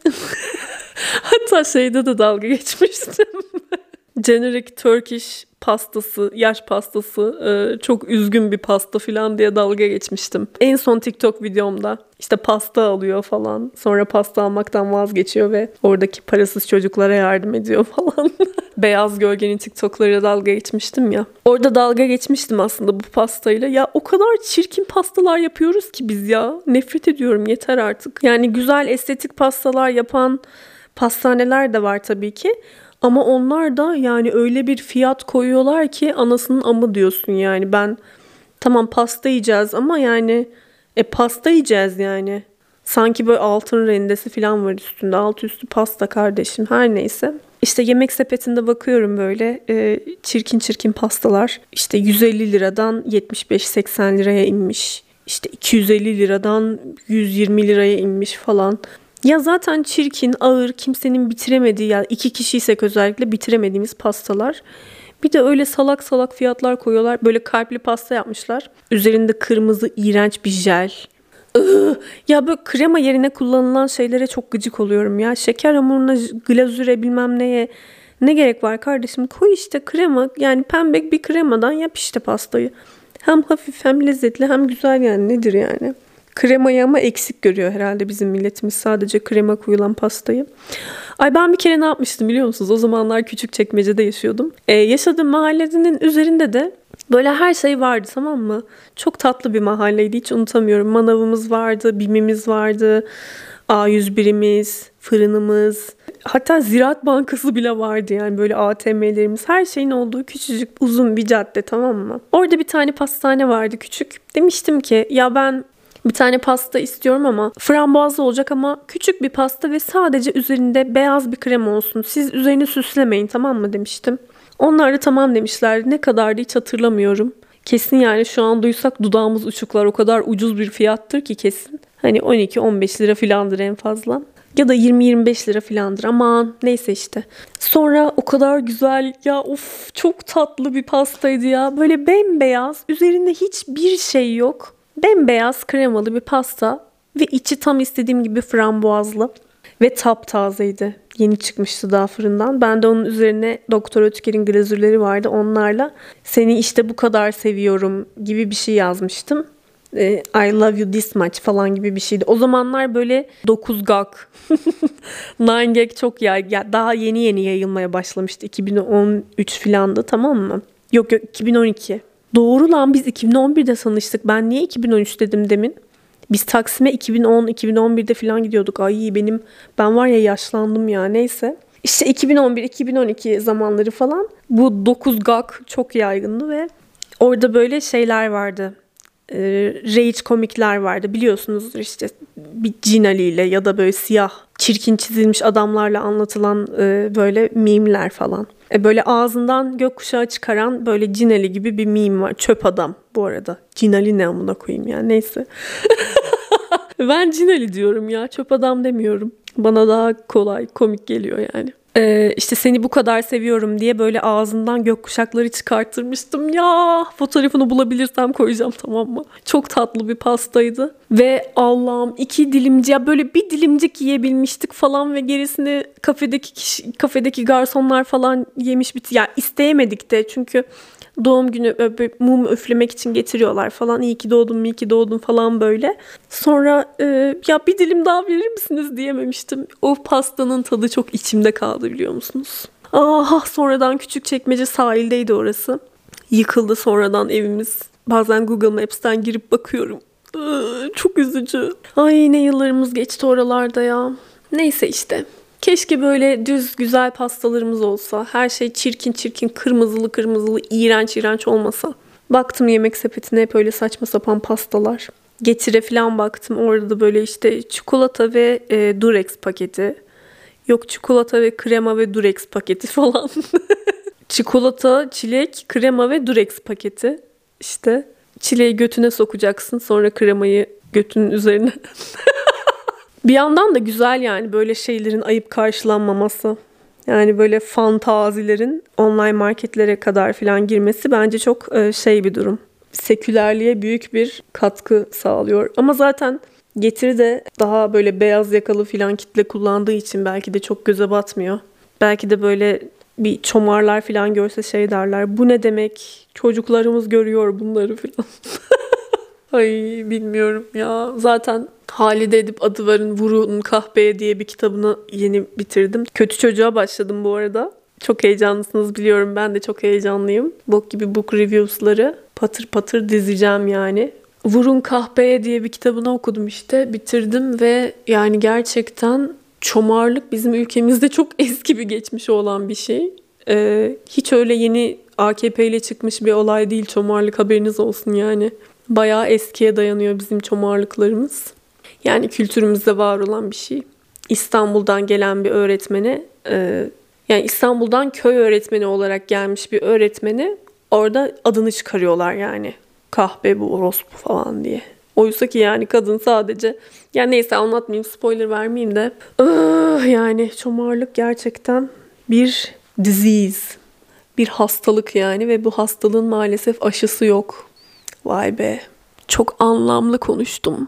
hatta şeyde de dalga geçmiştim. Generic Turkish pastası, yaş pastası, çok üzgün bir pasta falan diye dalga geçmiştim. En son TikTok videomda işte pasta alıyor falan. Sonra pasta almaktan vazgeçiyor ve oradaki parasız çocuklara yardım ediyor falan. Beyaz Gölge'nin TikTok'larıyla dalga geçmiştim ya. Orada dalga geçmiştim aslında bu pastayla. Ya o kadar çirkin pastalar yapıyoruz ki biz ya. Nefret ediyorum, yeter artık. Yani güzel estetik pastalar yapan pastaneler de var tabii ki. Ama onlar da yani öyle bir fiyat koyuyorlar ki anasının amı diyorsun yani. Ben tamam pasta yiyeceğiz ama yani pasta yiyeceğiz yani. Sanki böyle altın rendesi falan var üstünde. Altı üstü pasta kardeşim, her neyse. İşte Yemek Sepeti'nde bakıyorum böyle çirkin çirkin pastalar. İşte 150 liradan 75-80 liraya inmiş. İşte 250 liradan 120 liraya inmiş falan. Ya zaten çirkin, ağır, kimsenin bitiremediği, yani 2 kişiysek özellikle bitiremediğimiz pastalar. Bir de öyle salak salak fiyatlar koyuyorlar. Böyle kalpli pasta yapmışlar. Üzerinde kırmızı iğrenç bir jel. Ya böyle krema yerine kullanılan şeylere çok gıcık oluyorum ya. Şeker hamuruna, glazüre bilmem neye ne gerek var kardeşim? Koy işte krema, yani pembe bir kremadan yap işte pastayı. Hem hafif hem lezzetli hem güzel, yani nedir yani? Kremayı ama eksik görüyor herhalde bizim milletimiz, sadece krema koyulan pastayı. Ay ben bir kere ne yapmıştım biliyor musunuz? O zamanlar Küçükçekmece'de yaşıyordum. Yaşadığım mahallenin üzerinde de böyle her şey vardı, tamam mı? Çok tatlı bir mahalleydi, hiç unutamıyorum. Manavımız vardı, BİM'imiz vardı, A101'imiz, fırınımız. Hatta Ziraat Bankası bile vardı, yani böyle ATM'lerimiz. Her şeyin olduğu küçücük uzun bir cadde, tamam mı? Orada bir tane pastane vardı küçük. Demiştim ki ya ben bir tane pasta istiyorum ama frambuazlı olacak, ama küçük bir pasta ve sadece üzerinde beyaz bir krema olsun. Siz üzerini süslemeyin, tamam mı demiştim. Onlar da tamam demişler. Ne kadardı hiç hatırlamıyorum. Kesin yani şu an duysak dudağımız uçuklar. O kadar ucuz bir fiyattır ki kesin. Hani 12-15 lira filandır en fazla. Ya da 20-25 lira filandır. Aman neyse işte. Sonra o kadar güzel ya, of çok tatlı bir pastaydı ya. Böyle bembeyaz, üzerinde hiçbir şey yok. Bembeyaz kremalı bir pasta ve içi tam istediğim gibi frambuazlı ve taptazeydi. Yeni çıkmıştı daha fırından. Ben de onun üzerine Doktor Oetker'in glazürleri vardı. Onlarla seni işte bu kadar seviyorum gibi bir şey yazmıştım. I love you this much falan gibi bir şeydi. O zamanlar böyle 9 gag, 9 gag çok daha yeni yeni yayılmaya başlamıştı. 2013 filandı, tamam mı? Yok 2012. Doğru lan, biz 2011'de tanıştık. Ben niye 2013 dedim demin? Biz Taksim'e 2010-2011'de falan gidiyorduk. Ay ben var ya yaşlandım ya, neyse. İşte 2011-2012 zamanları falan bu 9 gag çok yaygındı ve orada böyle şeyler vardı. Rage komikler vardı, biliyorsunuzdur işte, bir Cin Ali ile ya da böyle siyah çirkin çizilmiş adamlarla anlatılan böyle mimler falan. Böyle ağzından gökkuşağı çıkaran böyle Cin Ali gibi bir meme var. Çöp adam bu arada. Cin Ali ne amına koyayım ya, neyse. Ben Cin Ali diyorum ya, çöp adam demiyorum. Bana daha kolay, komik geliyor yani. İşte seni bu kadar seviyorum diye böyle ağzından gökkuşakları çıkarttırmıştım. Ya fotoğrafını bulabilirsem koyacağım, tamam mı? Çok tatlı bir pastaydı. Ve Allah'ım 2 dilimci, ya böyle bir dilimcik yiyebilmiştik falan ve gerisini kafedeki garsonlar falan yemiş bitti. Ya isteyemedik de, çünkü doğum günü mum üflemek için getiriyorlar falan. İyi ki doğdun, iyi ki doğdun falan böyle. Sonra ya bir dilim daha verir misiniz diyememiştim. O pastanın tadı çok içimde kaldı, biliyor musunuz? Aha, sonradan Küçükçekmece sahildeydi orası. Yıkıldı sonradan evimiz. Bazen Google Maps'ten girip bakıyorum. Çok üzücü. Ay ne yıllarımız geçti oralarda ya. Neyse işte. Keşke böyle düz güzel pastalarımız olsa. Her şey çirkin çirkin, kırmızılı kırmızılı, iğrenç iğrenç olmasa. Baktım Yemek Sepeti'ne, hep öyle saçma sapan pastalar. Getire falan baktım. Orada da böyle işte çikolata ve Durex paketi. Yok, çikolata ve krema ve Durex paketi falan. Çikolata, çilek, krema ve Durex paketi. İşte çileği götüne sokacaksın. Sonra kremayı götünün üzerine. Bir yandan da güzel yani böyle şeylerin ayıp karşılanmaması. Yani böyle fantazilerin online marketlere kadar falan girmesi bence çok şey bir durum. Sekülerliğe büyük bir katkı sağlıyor. Ama zaten Getiri de daha böyle beyaz yakalı falan kitle kullandığı için belki de çok göze batmıyor. Belki de böyle bir çomarlar falan görse şey derler. Bu ne demek? Çocuklarımız görüyor bunları falan. Ay bilmiyorum ya. Zaten Halide Edip Adıvar'ın Vurun Kahpeye diye bir kitabını yeni bitirdim. Kötü Çocuğa başladım bu arada. Çok heyecanlısınız biliyorum. Ben de çok heyecanlıyım. Bok gibi book reviews'ları patır patır dizeceğim yani. Vurun Kahpeye diye bir kitabını okudum işte. Bitirdim ve yani gerçekten çomarlık bizim ülkemizde çok eski bir geçmişi olan bir şey. Hiç öyle yeni AKP ile çıkmış bir olay değil çomarlık, haberiniz olsun yani. Bayağı eskiye dayanıyor bizim çomarlıklarımız. Yani kültürümüzde var olan bir şey. İstanbul'dan gelen bir öğretmene, yani İstanbul'dan köy öğretmeni olarak gelmiş bir öğretmeni orada adını çıkarıyorlar yani. Kahpe bu, orospu falan diye. Oysa ki yani kadın sadece, yani neyse anlatmayayım, spoiler vermeyeyim de. Yani çomarlık gerçekten bir disease. Bir hastalık yani ve bu hastalığın maalesef aşısı yok. Vay be. Çok anlamlı konuştum.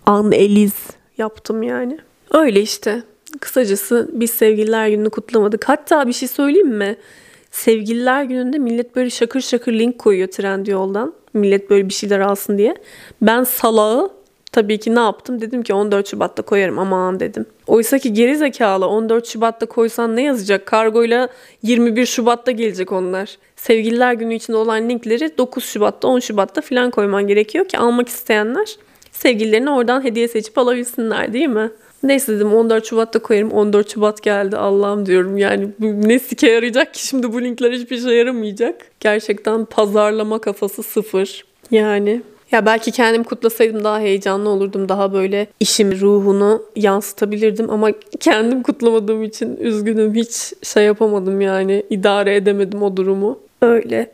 Aneliz yaptım yani. Öyle işte. Kısacası biz sevgililer gününü kutlamadık. Hatta bir şey söyleyeyim mi? Sevgililer gününde millet böyle şakır şakır link koyuyor Trendyol'dan. Millet böyle bir şeyler alsın diye. Ben salağı tabii ki ne yaptım? Dedim ki 14 Şubat'ta koyarım aman dedim. Oysa ki geri zekalı 14 Şubat'ta koysan ne yazacak? Kargoyla 21 Şubat'ta gelecek onlar. Sevgililer günü için olan linkleri 9 Şubat'ta 10 Şubat'ta falan koyman gerekiyor ki almak isteyenler sevgililerine oradan hediye seçip alabilsinler değil mi? Neyse dedim 14 Şubat'ta koyarım. 14 Şubat geldi Allah'ım diyorum. Yani bu ne sike yarayacak ki şimdi bu linkler hiçbir şey yaramayacak. Gerçekten pazarlama kafası sıfır. Yani ya belki kendim kutlasaydım daha heyecanlı olurdum. Daha böyle işim ruhunu yansıtabilirdim ama kendim kutlamadığım için üzgünüm. Hiç şey yapamadım yani. İdare edemedim o durumu. Öyle.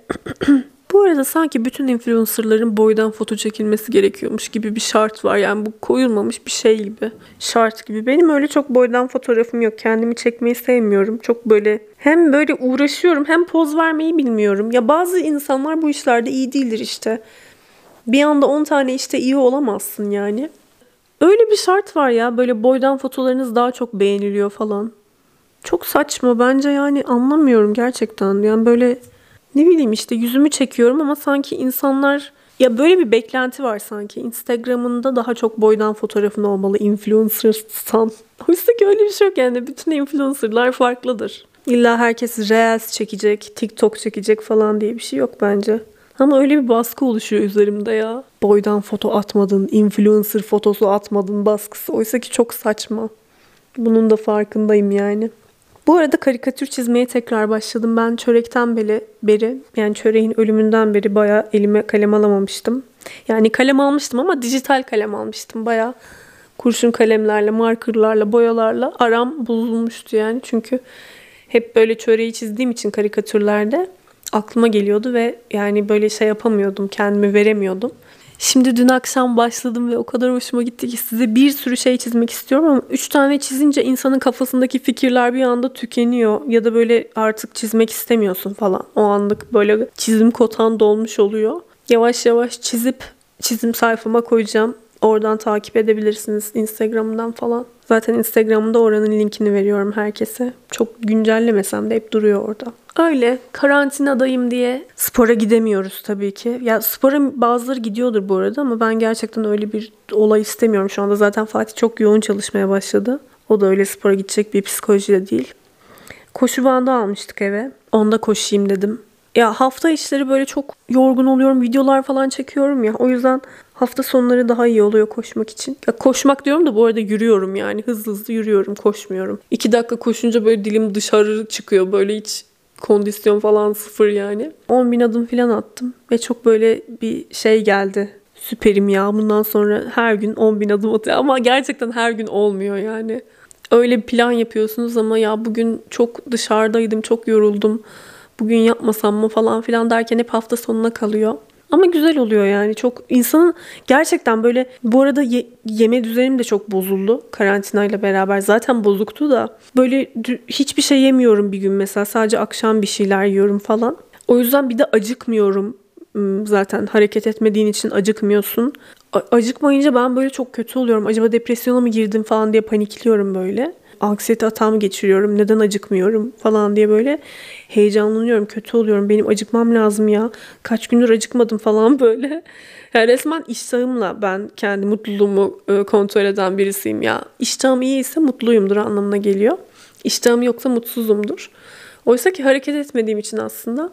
Bu arada sanki bütün influencerların boydan foto çekilmesi gerekiyormuş gibi bir şart var. Yani bu koyulmamış bir şey gibi. Şart gibi. Benim öyle çok boydan fotoğrafım yok. Kendimi çekmeyi sevmiyorum. Çok böyle hem böyle uğraşıyorum hem poz vermeyi bilmiyorum. Ya bazı insanlar bu işlerde iyi değildir işte. Bir anda 10 tane işte iyi olamazsın yani. Öyle bir şart var ya. Böyle boydan fotolarınız daha çok beğeniliyor falan. Çok saçma bence yani anlamıyorum gerçekten. Yani böyle ne bileyim işte yüzümü çekiyorum ama sanki insanlar ya böyle bir beklenti var sanki. Instagram'ında daha çok boydan fotoğrafın olmalı influencersan. Oysa ki öyle bir şey yok yani. Bütün influencerlar farklıdır. İlla herkes Reels çekecek, TikTok çekecek falan diye bir şey yok bence. Ama öyle bir baskı oluşuyor üzerimde ya. Boydan foto atmadın, influencer fotosu atmadın baskısı. Oysa ki çok saçma. Bunun da farkındayım yani. Bu arada karikatür çizmeye tekrar başladım. Ben çörekten beri yani çöreğin ölümünden beri bayağı elime kalem alamamıştım. Yani kalem almıştım ama dijital kalem almıştım. Bayağı kurşun kalemlerle, markerlarla, boyalarla aram bozulmuştu yani. Çünkü hep böyle çöreği çizdiğim için karikatürlerde aklıma geliyordu ve yani böyle şey yapamıyordum, kendimi veremiyordum. Şimdi dün akşam başladım ve o kadar hoşuma gitti ki size bir sürü şey çizmek istiyorum ama 3 tane çizince insanın kafasındaki fikirler bir anda tükeniyor ya da böyle artık çizmek istemiyorsun falan. O anlık böyle çizim kotan dolmuş oluyor. Yavaş yavaş çizip çizim sayfama koyacağım. Oradan takip edebilirsiniz Instagram'dan falan. Zaten Instagram'da oranın linkini veriyorum herkese. Çok güncellemesem de hep duruyor orada. Öyle karantinadayım diye spora gidemiyoruz tabii ki. Ya spora bazıları gidiyordur bu arada ama ben gerçekten öyle bir olay istemiyorum şu anda. Zaten Fatih çok yoğun çalışmaya başladı. O da öyle spora gidecek bir psikolojide değil. Koşu bandı almıştık eve. Onda koşayım dedim. Ya hafta içleri böyle çok yorgun oluyorum. Videolar falan çekiyorum ya. O yüzden hafta sonları daha iyi oluyor koşmak için. Ya koşmak diyorum da bu arada yürüyorum yani. Hızlı hızlı yürüyorum, koşmuyorum. 2 dakika koşunca böyle dilim dışarı çıkıyor. Böyle hiç kondisyon falan sıfır yani. 10.000 adım falan attım. Ve çok böyle bir şey geldi. Süperim ya. Bundan sonra her gün 10.000 adım atıyor. Ama gerçekten her gün olmuyor yani. Öyle bir plan yapıyorsunuz ama ya bugün çok dışarıdaydım, çok yoruldum. Bugün yapmasam mı falan filan derken hep hafta sonuna kalıyor. Ama güzel oluyor yani. Çok insanın gerçekten böyle bu arada yeme düzenim de çok bozuldu karantinayla beraber. Zaten bozuktu da böyle hiçbir şey yemiyorum bir gün mesela. Sadece akşam bir şeyler yiyorum falan. O yüzden bir de acıkmıyorum. Zaten hareket etmediğin için acıkmıyorsun. Acıkmayınca ben böyle çok kötü oluyorum. Acaba depresyona mı girdim falan diye panikliyorum böyle. Anksiyete atağımı geçiriyorum. Neden acıkmıyorum falan diye böyle heyecanlanıyorum. Kötü oluyorum. Benim acıkmam lazım ya. Kaç gündür acıkmadım falan böyle. Yani resmen iştahımla ben kendi mutluluğumu kontrol eden birisiyim ya. İştahım iyiyse mutluyumdur anlamına geliyor. İştahım yoksa mutsuzumdur. Oysa ki hareket etmediğim için aslında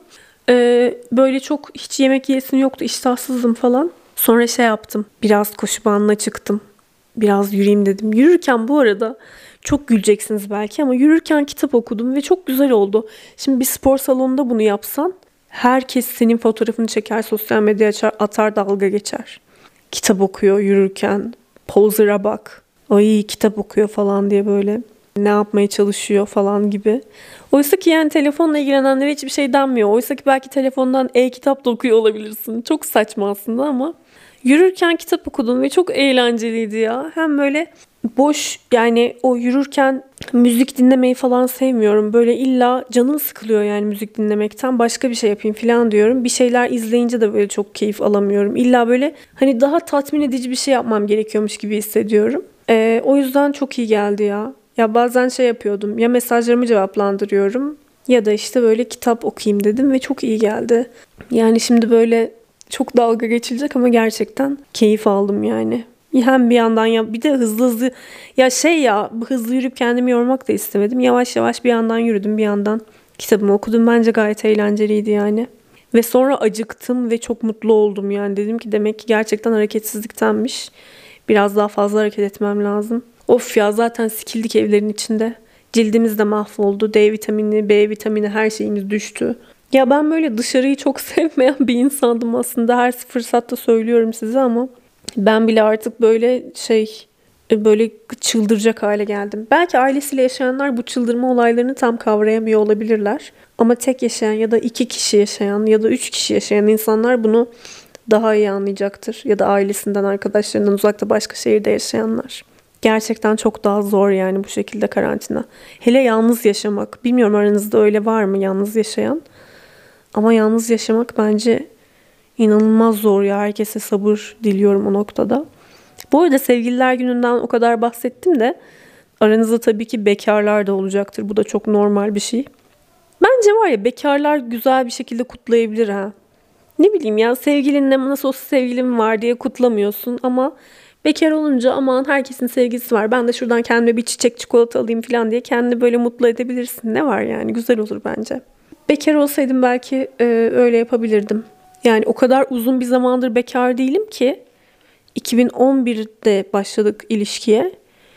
böyle çok hiç yemek yiyesim yoktu. İştahsızdım falan. Sonra şey yaptım. Biraz koşu bandına çıktım. Biraz yürüyeyim dedim. Yürürken bu arada çok güleceksiniz belki ama yürürken kitap okudum ve çok güzel oldu. Şimdi bir spor salonunda bunu yapsan herkes senin fotoğrafını çeker, sosyal medyaya açar, atar, dalga geçer. Kitap okuyor yürürken. Poser'a bak. Ay kitap okuyor falan diye böyle ne yapmaya çalışıyor falan gibi. Oysa ki yani telefonla ilgilenenlere hiçbir şey denmiyor. Oysa ki belki telefondan e-kitap da okuyor olabilirsin. Çok saçma aslında ama Yürürken kitap okudum ve çok eğlenceliydi ya. Hem böyle boş, yani o yürürken müzik dinlemeyi falan sevmiyorum. Böyle illa canım sıkılıyor yani müzik dinlemekten. Başka bir şey yapayım falan diyorum. Bir şeyler izleyince de böyle çok keyif alamıyorum. İlla böyle hani daha tatmin edici bir şey yapmam gerekiyormuş gibi hissediyorum. O yüzden çok iyi geldi ya. Ya bazen şey yapıyordum. Ya mesajlarımı cevaplandırıyorum ya da işte böyle kitap okuyayım dedim ve çok iyi geldi. Yani şimdi böyle çok dalga geçilecek ama gerçekten keyif aldım yani. Hem bir yandan ya bir de hızlı hızlı ya şey ya hızlı yürüyüp kendimi yormak da istemedim. Yavaş yavaş bir yandan yürüdüm, bir yandan kitabımı okudum. Bence gayet eğlenceliydi yani. Ve sonra acıktım ve çok mutlu oldum yani. Dedim ki demek ki gerçekten hareketsizliktenmiş. Biraz daha fazla hareket etmem lazım. Of ya, zaten sikildik evlerin içinde. Cildimiz de mahvoldu. D vitamini, B vitamini, her şeyimiz düştü. Ya ben böyle dışarıyı çok sevmeyen bir insandım aslında. Her fırsatta söylüyorum size ama ben bile artık böyle böyle çıldıracak hale geldim. Belki ailesiyle yaşayanlar bu çıldırma olaylarını tam kavrayamıyor olabilirler. Ama tek yaşayan ya da 2 kişi yaşayan ya da 3 kişi yaşayan insanlar bunu daha iyi anlayacaktır. Ya da ailesinden, arkadaşlarından uzakta başka şehirde yaşayanlar. Gerçekten çok daha zor yani bu şekilde karantina. Hele yalnız yaşamak. Bilmiyorum aranızda öyle var mı yalnız yaşayan? Ama yalnız yaşamak bence inanılmaz zor ya. Herkese sabır diliyorum o noktada. Bu arada sevgililer gününden o kadar bahsettim de aranızda tabii ki bekarlar da olacaktır. Bu da çok normal bir şey. Bence var ya, bekarlar güzel bir şekilde kutlayabilir ha. Ne bileyim ya, sevgilinle nasıl olsa sevgilim var diye kutlamıyorsun ama bekar olunca aman herkesin sevgilisi var, ben de şuradan kendime bir çiçek çikolata alayım falan diye kendini böyle mutlu edebilirsin. Ne var yani, güzel olur bence. Bekar olsaydım belki öyle yapabilirdim. Yani o kadar uzun bir zamandır bekar değilim ki. 2011'de başladık ilişkiye.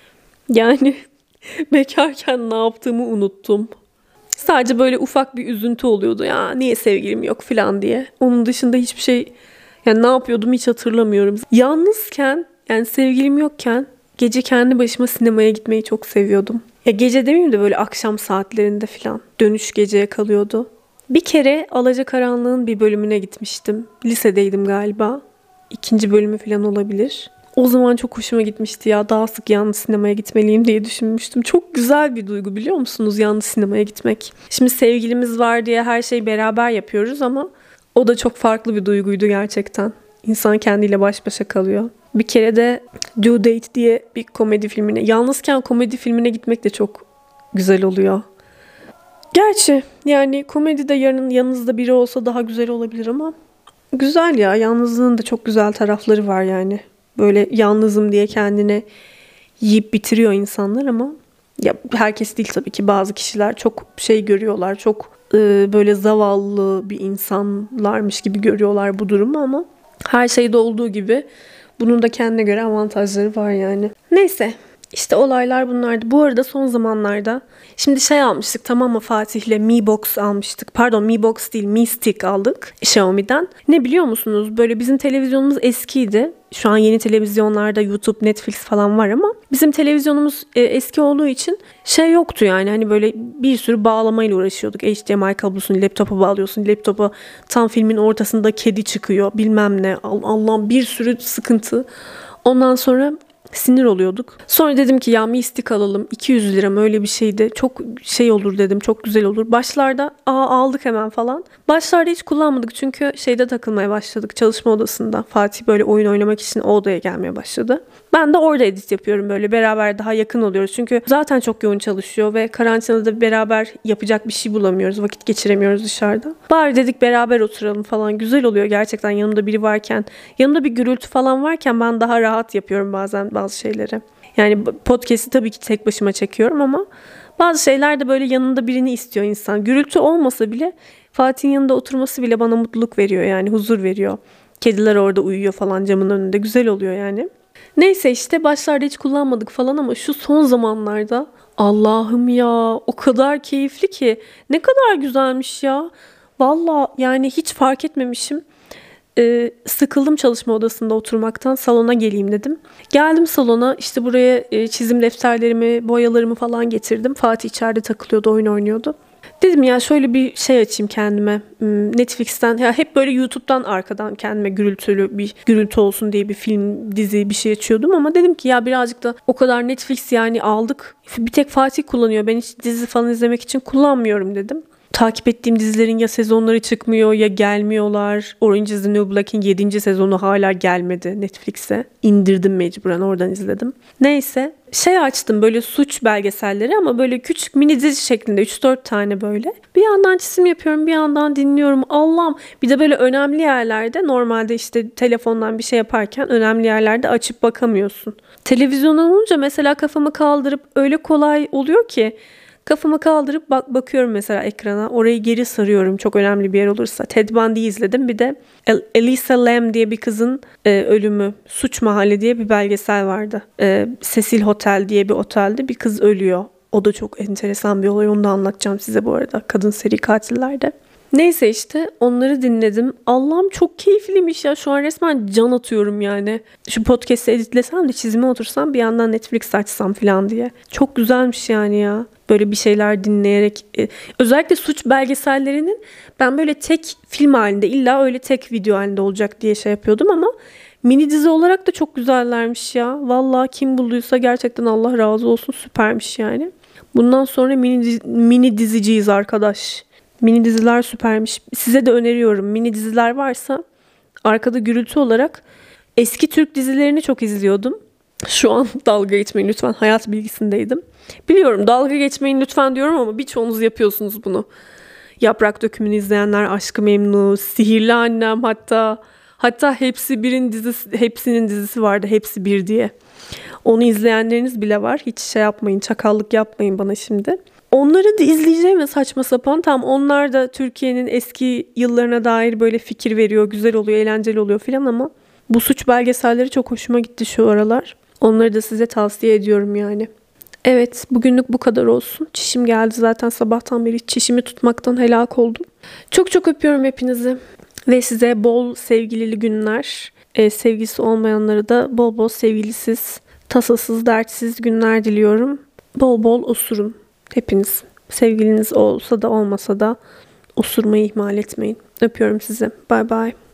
Yani bekarken ne yaptığımı unuttum. Sadece böyle ufak bir üzüntü oluyordu ya, niye sevgilim yok falan diye. Onun dışında hiçbir şey, yani ne yapıyordum hiç hatırlamıyorum. Yalnızken, yani sevgilim yokken gece kendi başıma sinemaya gitmeyi çok seviyordum. Ya gece demeyeyim de böyle akşam saatlerinde falan. Dönüş geceye kalıyordu. Bir kere Alacakaranlığın bir bölümüne gitmiştim. Lisedeydim galiba. 2. bölümü falan olabilir. O zaman çok hoşuma gitmişti ya. Daha sık yalnız sinemaya gitmeliyim diye düşünmüştüm. Çok güzel bir duygu, biliyor musunuz, yalnız sinemaya gitmek. Şimdi sevgilimiz var diye her şeyi beraber yapıyoruz ama o da çok farklı bir duyguydu gerçekten. İnsan kendiyle baş başa kalıyor. Bir kere de Due Date diye bir komedi filmine, yalnızken komedi filmine gitmek de çok güzel oluyor. Gerçi yani komedide yanınızda biri olsa daha güzel olabilir ama güzel ya. Yalnızlığın da çok güzel tarafları var yani. Böyle yalnızım diye kendini yiyip bitiriyor insanlar ama ya herkes değil tabii ki, bazı kişiler çok şey görüyorlar. Çok böyle zavallı bir insanlarmış gibi görüyorlar bu durumu ama her şeyde olduğu gibi bunun da kendine göre avantajları var yani. Neyse. İşte olaylar bunlardı. Bu arada son zamanlarda şimdi şey almıştık, tamam mı, Fatih'le Mi Box almıştık. Pardon, Mi Box değil, Mi Stick aldık Xiaomi'den. Ne biliyor musunuz? Böyle bizim televizyonumuz eskiydi. Şu an yeni televizyonlarda YouTube, Netflix falan var ama bizim televizyonumuz eski olduğu için şey yoktu yani. Hani böyle bir sürü bağlamayla uğraşıyorduk. HDMI kablosunu laptopa bağlıyorsun. Laptopa tam filmin ortasında kedi çıkıyor. Bilmem ne. Allah'ım, bir sürü sıkıntı. Ondan sonra sinir oluyorduk. Sonra dedim ki ya Mi Stick alalım. 200 lira mı öyle bir şeydi. Çok şey olur dedim. Çok güzel olur. Başlarda aldık hemen falan. Başlarda hiç kullanmadık çünkü şeyde takılmaya başladık. Çalışma odasında. Fatih böyle oyun oynamak için o odaya gelmeye başladı. Ben de orada edit yapıyorum böyle. Beraber daha yakın oluyoruz. Çünkü zaten çok yoğun çalışıyor ve karantinada beraber yapacak bir şey bulamıyoruz. Vakit geçiremiyoruz dışarıda. Bari dedik beraber oturalım falan. Güzel oluyor gerçekten, yanımda biri varken. Yanımda bir gürültü falan varken ben daha rahat yapıyorum bazen bazı şeyleri. Yani podcast'i tabii ki tek başıma çekiyorum ama bazı şeyler de böyle yanında birini istiyor insan. Gürültü olmasa bile Fatih'in yanında oturması bile bana mutluluk veriyor yani, huzur veriyor. Kediler orada uyuyor falan camın önünde, güzel oluyor yani. Neyse işte başlarda hiç kullanmadık falan ama şu son zamanlarda Allah'ım ya, o kadar keyifli ki, ne kadar güzelmiş ya. Valla yani hiç fark etmemişim. Sıkıldım çalışma odasında oturmaktan, salona geleyim dedim. Geldim salona, işte buraya çizim defterlerimi, boyalarımı falan getirdim. Fatih içeride takılıyordu, oyun oynuyordu. Dedim ya şöyle bir şey açayım kendime. Netflix'ten ya hep böyle YouTube'dan arkadan kendime gürültü olsun diye bir film, dizi bir şey açıyordum ama dedim ki ya birazcık da o kadar Netflix yani aldık. Bir tek Fatih kullanıyor. Ben hiç dizi falan izlemek için kullanmıyorum dedim. Takip ettiğim dizilerin ya sezonları çıkmıyor ya gelmiyorlar. Orange is the New Black'in 7. sezonu hala gelmedi Netflix'e. İndirdim mecburen, oradan izledim. Neyse açtım böyle suç belgeselleri ama böyle küçük mini dizi şeklinde 3-4 tane böyle. Bir yandan çizim yapıyorum, bir yandan dinliyorum. Allah'ım, bir de böyle önemli yerlerde normalde işte telefondan bir şey yaparken önemli yerlerde açıp bakamıyorsun. Televizyondan olunca mesela kafamı kaldırıp öyle kolay oluyor ki kafamı kaldırıp bakıyorum mesela ekrana. Orayı geri sarıyorum çok önemli bir yer olursa. Ted Bundy'yi izledim. Bir de Elisa Lam diye bir kızın ölümü. Suç Mahalli diye bir belgesel vardı. Cecil Hotel diye bir otelde bir kız ölüyor. O da çok enteresan bir olay. Onu da anlatacağım size bu arada. Kadın seri katillerde. Neyse işte onları dinledim. Allah'ım çok keyifliymiş ya. Şu an resmen can atıyorum yani. Şu podcast'i editlesem de çizime otursam bir yandan Netflix açsam falan diye. Çok güzelmiş yani ya. Böyle bir şeyler dinleyerek. Özellikle suç belgesellerinin ben böyle tek film halinde illa öyle tek video halinde olacak diye şey yapıyordum ama mini dizi olarak da çok güzellermiş ya. Vallahi kim bulduysa gerçekten Allah razı olsun, süpermiş yani. Bundan sonra mini diziciyiz arkadaş. Mini diziler süpermiş. Size de öneriyorum. Mini diziler varsa arkada gürültü olarak eski Türk dizilerini çok izliyordum. Şu an dalga geçmeyin lütfen. Hayat bilgisindeydim. Biliyorum dalga geçmeyin lütfen diyorum ama birçoğunuz yapıyorsunuz bunu. Yaprak Dökümü'nü izleyenler, Aşk-ı Memnu, Sihirli Annem, hatta hepsinin dizisi vardı. Hepsi bir diye. Onu izleyenleriniz bile var. Hiç şey yapmayın, çakallık yapmayın bana şimdi. Onları da izleyeceğim ve saçma sapan. Tam onlar da Türkiye'nin eski yıllarına dair böyle fikir veriyor. Güzel oluyor, eğlenceli oluyor filan ama bu suç belgeselleri çok hoşuma gitti şu aralar. Onları da size tavsiye ediyorum yani. Evet, bugünlük bu kadar olsun. Çişim geldi zaten sabahtan beri. Çişimi tutmaktan helak oldum. Çok çok öpüyorum hepinizi. Ve size bol sevgilili günler. Sevgilisi olmayanlara da bol bol sevgilisiz, tasasız, dertsiz günler diliyorum. Bol bol osurun. Hepiniz. Sevgiliniz olsa da olmasa da osurmayı ihmal etmeyin. Öpüyorum sizi. Bye bye.